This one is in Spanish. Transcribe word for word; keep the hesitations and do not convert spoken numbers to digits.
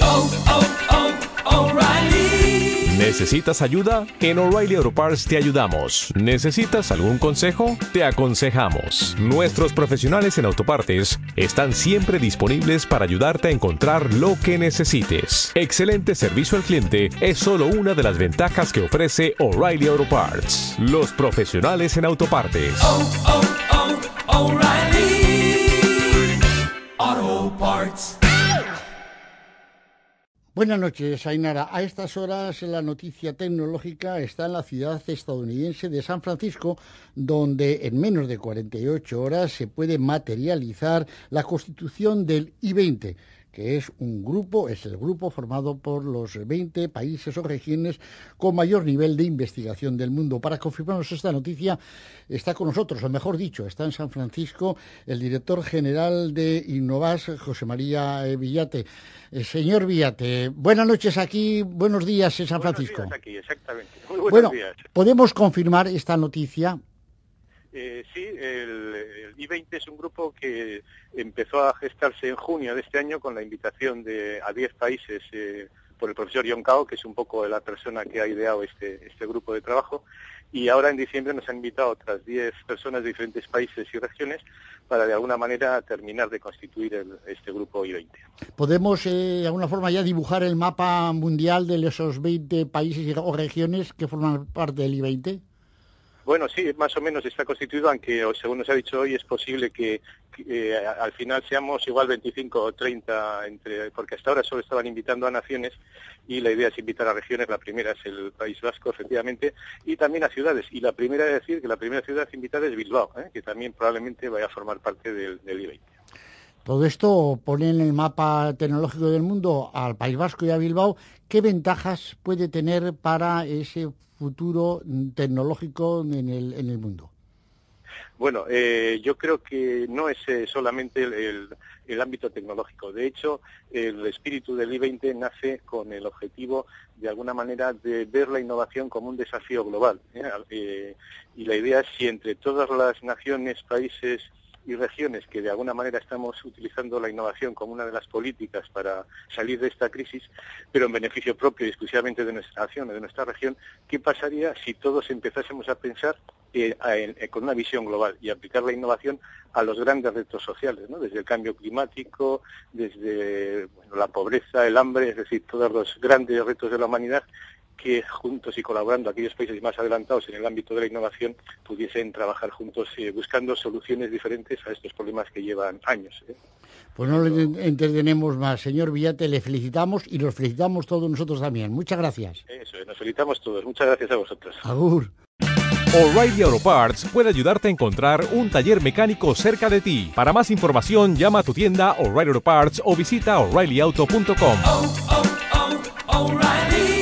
oh, oh, oh, O'Reilly. ¿Necesitas ayuda? En O'Reilly Auto Parts te ayudamos. ¿Necesitas algún consejo? Te aconsejamos. Nuestros profesionales en autopartes están siempre disponibles para ayudarte a encontrar lo que necesites. Excelente servicio al cliente es solo una de las ventajas que ofrece O'Reilly Auto Parts. Los profesionales en autopartes. Oh, oh, oh, O'Reilly Auto Parts. Buenas noches, Ainara. A estas horas la noticia tecnológica está en la ciudad estadounidense de San Francisco, donde en menos de cuarenta y ocho horas se puede materializar la constitución del I veinte, que es un grupo, es el grupo formado por los veinte países o regiones con mayor nivel de investigación del mundo. Para confirmarnos esta noticia está con nosotros, o mejor dicho, está en San Francisco el director general de Innovas, José María Villate. Eh, señor Villate, buenas noches aquí, buenos días en San Francisco. Buenos días aquí, exactamente. Muy buenos bueno, días. ¿Podemos confirmar esta noticia? Eh, sí, el, el I veinte es un grupo que empezó a gestarse en junio de este año con la invitación de a diez países eh, por el profesor John Cao, que es un poco la persona que ha ideado este, este grupo de trabajo, y ahora en diciembre nos han invitado otras diez personas de diferentes países y regiones para de alguna manera terminar de constituir el, este grupo I veinte. ¿Podemos eh, de alguna forma ya dibujar el mapa mundial de esos veinte países o regiones que forman parte del I veinte? Bueno, sí, más o menos está constituido, aunque según nos ha dicho hoy es posible que, que eh, al final seamos igual veinticinco o treinta, entre, porque hasta ahora solo estaban invitando a naciones y la idea es invitar a regiones. La primera es el País Vasco, efectivamente, y también a ciudades. Y la primera es decir que la primera ciudad invitada es Bilbao, ¿eh? que también probablemente vaya a formar parte del, del I veinte. Todo esto pone en el mapa tecnológico del mundo al País Vasco y a Bilbao. ¿Qué ventajas puede tener para ese futuro tecnológico en el, en el mundo? Bueno, eh, yo creo que no es eh, solamente el, el, el ámbito tecnológico. De hecho, el espíritu del I veinte nace con el objetivo, de alguna manera, de ver la innovación como un desafío global. ¿eh? Eh, y la idea es, si entre todas las naciones, países y regiones que de alguna manera estamos utilizando la innovación como una de las políticas para salir de esta crisis, pero en beneficio propio y exclusivamente de nuestra nación, de nuestra región, ¿qué pasaría si todos empezásemos a pensar eh, en, en, con una visión global y aplicar la innovación a los grandes retos sociales, ¿no? Desde el cambio climático, desde bueno, la pobreza, el hambre, es decir, todos los grandes retos de la humanidad, que juntos y colaborando aquellos países más adelantados en el ámbito de la innovación pudiesen trabajar juntos eh, buscando soluciones diferentes a estos problemas que llevan años. ¿eh? Pues no le entretenemos más. Señor Villate, le felicitamos y los felicitamos todos nosotros también. Muchas gracias. Eso, nos felicitamos todos. Muchas gracias a vosotros. Agur. O'Reilly Auto Parts puede ayudarte a encontrar un taller mecánico cerca de ti. Para más información, llama a tu tienda O'Reilly Auto Parts o visita O'Reilly Auto punto com. Oh, oh, oh, O'Reilly